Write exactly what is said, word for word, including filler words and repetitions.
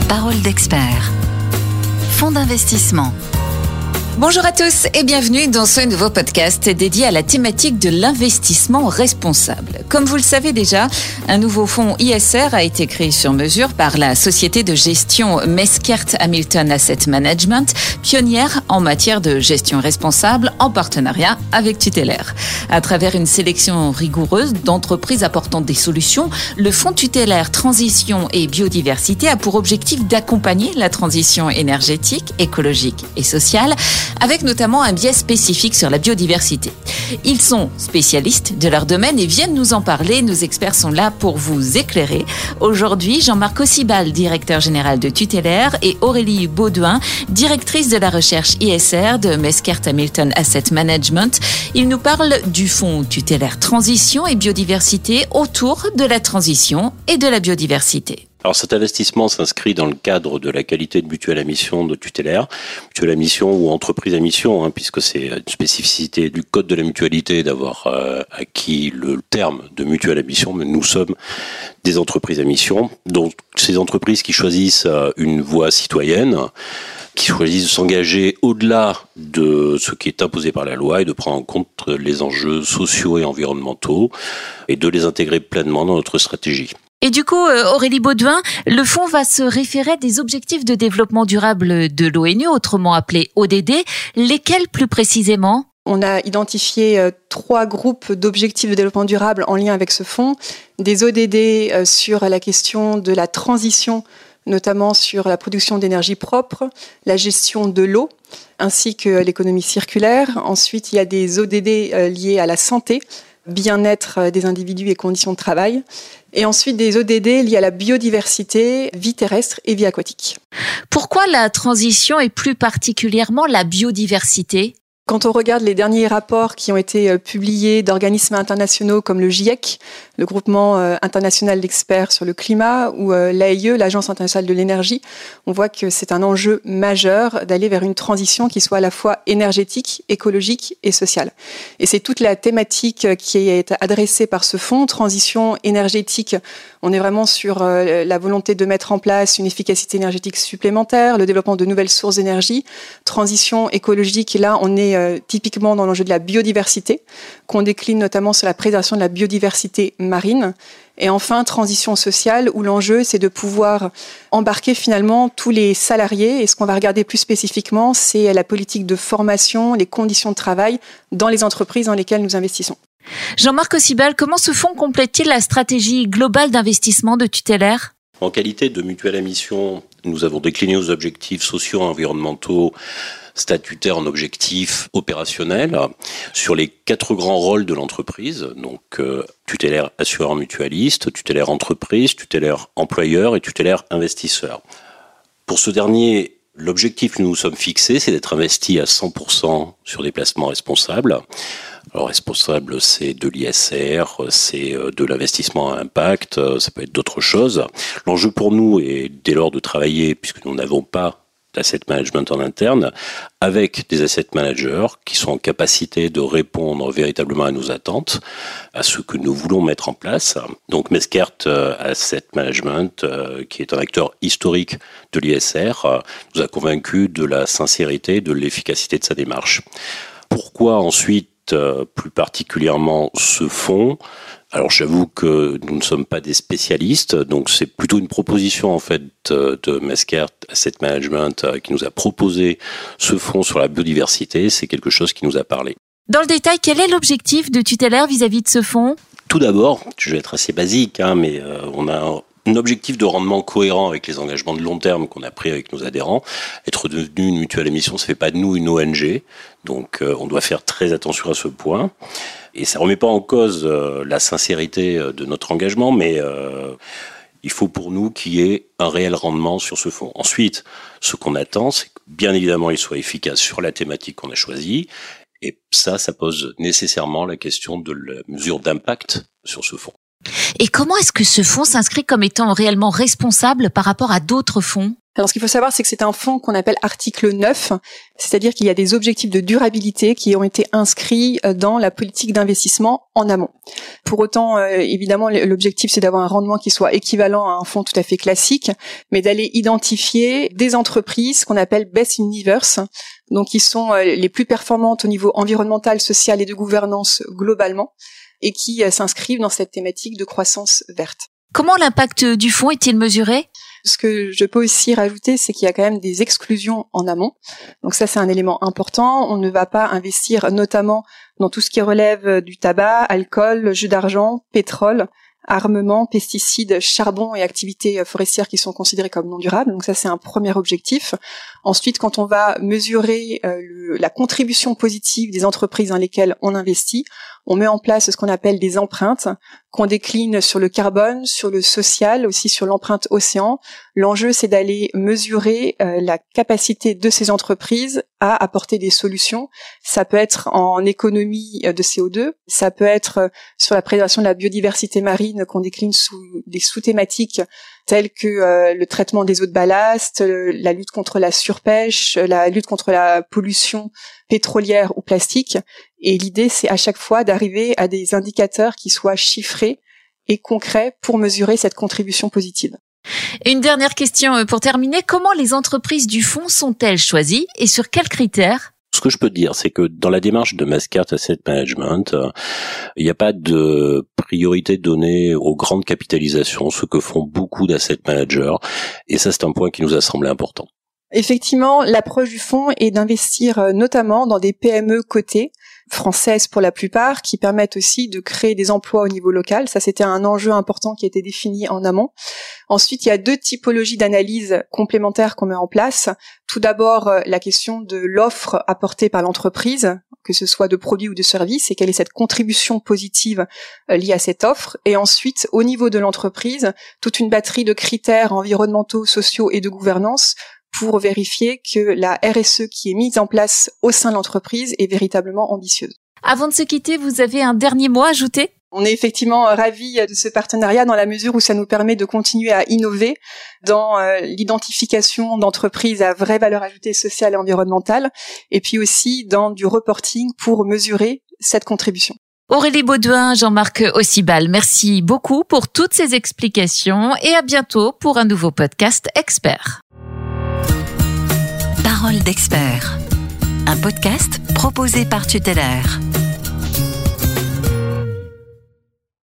Parole d'expert. Fonds d'investissement. Bonjour à tous et bienvenue dans ce nouveau podcast dédié à la thématique de l'investissement responsable. Comme vous le savez déjà, un nouveau fonds I S R a été créé sur mesure par la société de gestion Mesquert Hamilton Asset Management, pionnière en matière de gestion responsable en partenariat avec Tutélaire. À travers une sélection rigoureuse d'entreprises apportant des solutions, le fonds Tutélaire Transition et Biodiversité a pour objectif d'accompagner la transition énergétique, écologique et sociale, avec notamment un biais spécifique sur la biodiversité. Ils sont spécialistes de leur domaine et viennent nous en parler. Nos experts sont là pour vous éclairer. Aujourd'hui, Jean-Marc Ossibal, directeur général de Tutélaire, et Aurélie Baudouin, directrice de la recherche I S R de Mesquert Hamilton Asset Management. Ils nous parlent du fonds Tutélaire Transition et Biodiversité autour de la transition et de la biodiversité. Alors cet investissement s'inscrit dans le cadre de la qualité de mutuelle à mission de Tutélaire, mutuelle à mission ou entreprise à mission, hein, puisque c'est une spécificité du code de la mutualité d'avoir euh, acquis le terme de mutuelle à mission, mais nous sommes des entreprises à mission, donc ces entreprises qui choisissent euh, une voie citoyenne, qui choisissent de s'engager au-delà de ce qui est imposé par la loi et de prendre en compte les enjeux sociaux et environnementaux et de les intégrer pleinement dans notre stratégie. Et du coup, Aurélie Baudouin, le fonds va se référer à des objectifs de développement durable de l'ONU, autrement appelés O D D. Lesquels plus précisément ? On a identifié euh, trois groupes d'objectifs de développement durable en lien avec ce fonds. Des O D D euh, sur la question de la transition, notamment sur la production d'énergie propre, la gestion de l'eau, ainsi que l'économie circulaire. Ensuite, il y a des O D D euh, liés à la santé, bien-être des individus et conditions de travail. Et ensuite, des O D D liés à la biodiversité, vie terrestre et vie aquatique. Pourquoi la transition et plus particulièrement la biodiversité ? Quand on regarde les derniers rapports qui ont été publiés d'organismes internationaux comme le GIEC, le groupement international d'experts sur le climat, ou l'A I E, l'Agence internationale de l'énergie, on voit que c'est un enjeu majeur d'aller vers une transition qui soit à la fois énergétique, écologique et sociale. Et c'est toute la thématique qui est adressée par ce fonds, transition énergétique. On est vraiment sur la volonté de mettre en place une efficacité énergétique supplémentaire, le développement de nouvelles sources d'énergie. Transition écologique, et là on est typiquement dans l'enjeu de la biodiversité, qu'on décline notamment sur la préservation de la biodiversité marine. Et enfin, transition sociale, où l'enjeu, c'est de pouvoir embarquer finalement tous les salariés. Et ce qu'on va regarder plus spécifiquement, c'est la politique de formation, les conditions de travail dans les entreprises dans lesquelles nous investissons. Jean-Marc Ossibal, comment ce fonds complète-t-il la stratégie globale d'investissement de Tutélaire ? En qualité de mutuelle à mission, nous avons décliné nos objectifs sociaux et environnementaux statutaires en objectifs opérationnels sur les quatre grands rôles de l'entreprise, donc euh, tutélaire assureur mutualiste, tutélaire entreprise, tutélaire employeur et tutélaire investisseur. Pour ce dernier, l'objectif que nous nous sommes fixés, c'est d'être investi à cent pour cent sur des placements responsables. Alors responsable, c'est de l'I S R, c'est de l'investissement à impact, ça peut être d'autres choses. L'enjeu pour nous est dès lors de travailler, puisque nous n'avons pas d'asset management en interne, avec des asset managers qui sont en capacité de répondre véritablement à nos attentes, à ce que nous voulons mettre en place. Donc Mesquert Asset Management, qui est un acteur historique de l'I S R, nous a convaincus de la sincérité, de l'efficacité de sa démarche. Pourquoi ensuite plus particulièrement ce fonds? Alors j'avoue que nous ne sommes pas des spécialistes, donc c'est plutôt une proposition en fait de Mesquert Asset Management qui nous a proposé ce fonds sur la biodiversité. C'est quelque chose qui nous a parlé. Dans le détail, quel est l'objectif de Tutélaire vis-à-vis de ce fonds ? Tout d'abord, je vais être assez basique, hein, mais euh, on a un Un objectif de rendement cohérent avec les engagements de long terme qu'on a pris avec nos adhérents. Être devenu une mutuelle à mission, ça ne fait pas de nous une O N G. Donc, euh, on doit faire très attention à ce point. Et ça ne remet pas en cause euh, la sincérité de notre engagement, mais euh, il faut pour nous qu'il y ait un réel rendement sur ce fonds. Ensuite, ce qu'on attend, c'est que bien évidemment, il soit efficace sur la thématique qu'on a choisie. Et ça, ça pose nécessairement la question de la mesure d'impact sur ce fonds. Et comment est-ce que ce fonds s'inscrit comme étant réellement responsable par rapport à d'autres fonds ? Alors, ce qu'il faut savoir, c'est que c'est un fonds qu'on appelle article neuf, c'est-à-dire qu'il y a des objectifs de durabilité qui ont été inscrits dans la politique d'investissement en amont. Pour autant, euh, évidemment, l'objectif, c'est d'avoir un rendement qui soit équivalent à un fonds tout à fait classique, mais d'aller identifier des entreprises qu'on appelle best in universe, donc qui sont euh, les plus performantes au niveau environnemental, social et de gouvernance globalement, et qui euh, s'inscrivent dans cette thématique de croissance verte. Comment l'impact du fonds est-il mesuré ? Ce que je peux aussi rajouter, c'est qu'il y a quand même des exclusions en amont. Donc ça, c'est un élément important. On ne va pas investir notamment dans tout ce qui relève du tabac, alcool, jus d'argent, pétrole, armement, pesticides, charbon et activités forestières qui sont considérées comme non durables. Donc ça, c'est un premier objectif. Ensuite, quand on va mesurer euh, le, la contribution positive des entreprises dans lesquelles on investit, on met en place ce qu'on appelle des empreintes qu'on décline sur le carbone, sur le social, aussi sur l'empreinte océan. L'enjeu, c'est d'aller mesurer euh, la capacité de ces entreprises à apporter des solutions. Ça peut être en économie de C O deux, ça peut être sur la préservation de la biodiversité marine qu'on décline sous des sous-thématiques telles que euh, le traitement des eaux de ballast, euh, la lutte contre la surpêche, la lutte contre la pollution pétrolière ou plastique. Et l'idée, c'est à chaque fois d'arriver à des indicateurs qui soient chiffrés et concrets pour mesurer cette contribution positive. Une dernière question pour terminer. Comment les entreprises du fonds sont-elles choisies et sur quels critères ? Ce que je peux te dire, c'est que dans la démarche de Mascart Asset Management, euh, il n'y a pas de priorité donnée aux grandes capitalisations, ce que font beaucoup d'asset managers. Et ça, c'est un point qui nous a semblé important. Effectivement, l'approche du fonds est d'investir notamment dans des P M E cotées, françaises pour la plupart, qui permettent aussi de créer des emplois au niveau local. Ça, c'était un enjeu important qui a été défini en amont. Ensuite, il y a deux typologies d'analyse complémentaires qu'on met en place. Tout d'abord, la question de l'offre apportée par l'entreprise, que ce soit de produits ou de services, et quelle est cette contribution positive liée à cette offre. Et ensuite, au niveau de l'entreprise, toute une batterie de critères environnementaux, sociaux et de gouvernance pour vérifier que la R S E qui est mise en place au sein de l'entreprise est véritablement ambitieuse. Avant de se quitter, vous avez un dernier mot à ajouter ? On est effectivement ravis de ce partenariat dans la mesure où ça nous permet de continuer à innover dans euh, l'identification d'entreprises à vraie valeur ajoutée sociale et environnementale, et puis aussi dans du reporting pour mesurer cette contribution. Aurélie Baudouin, Jean-Marc Aucibal, merci beaucoup pour toutes ces explications et à bientôt pour un nouveau podcast Expert. Parole d'expert, un podcast proposé par Tutellaire.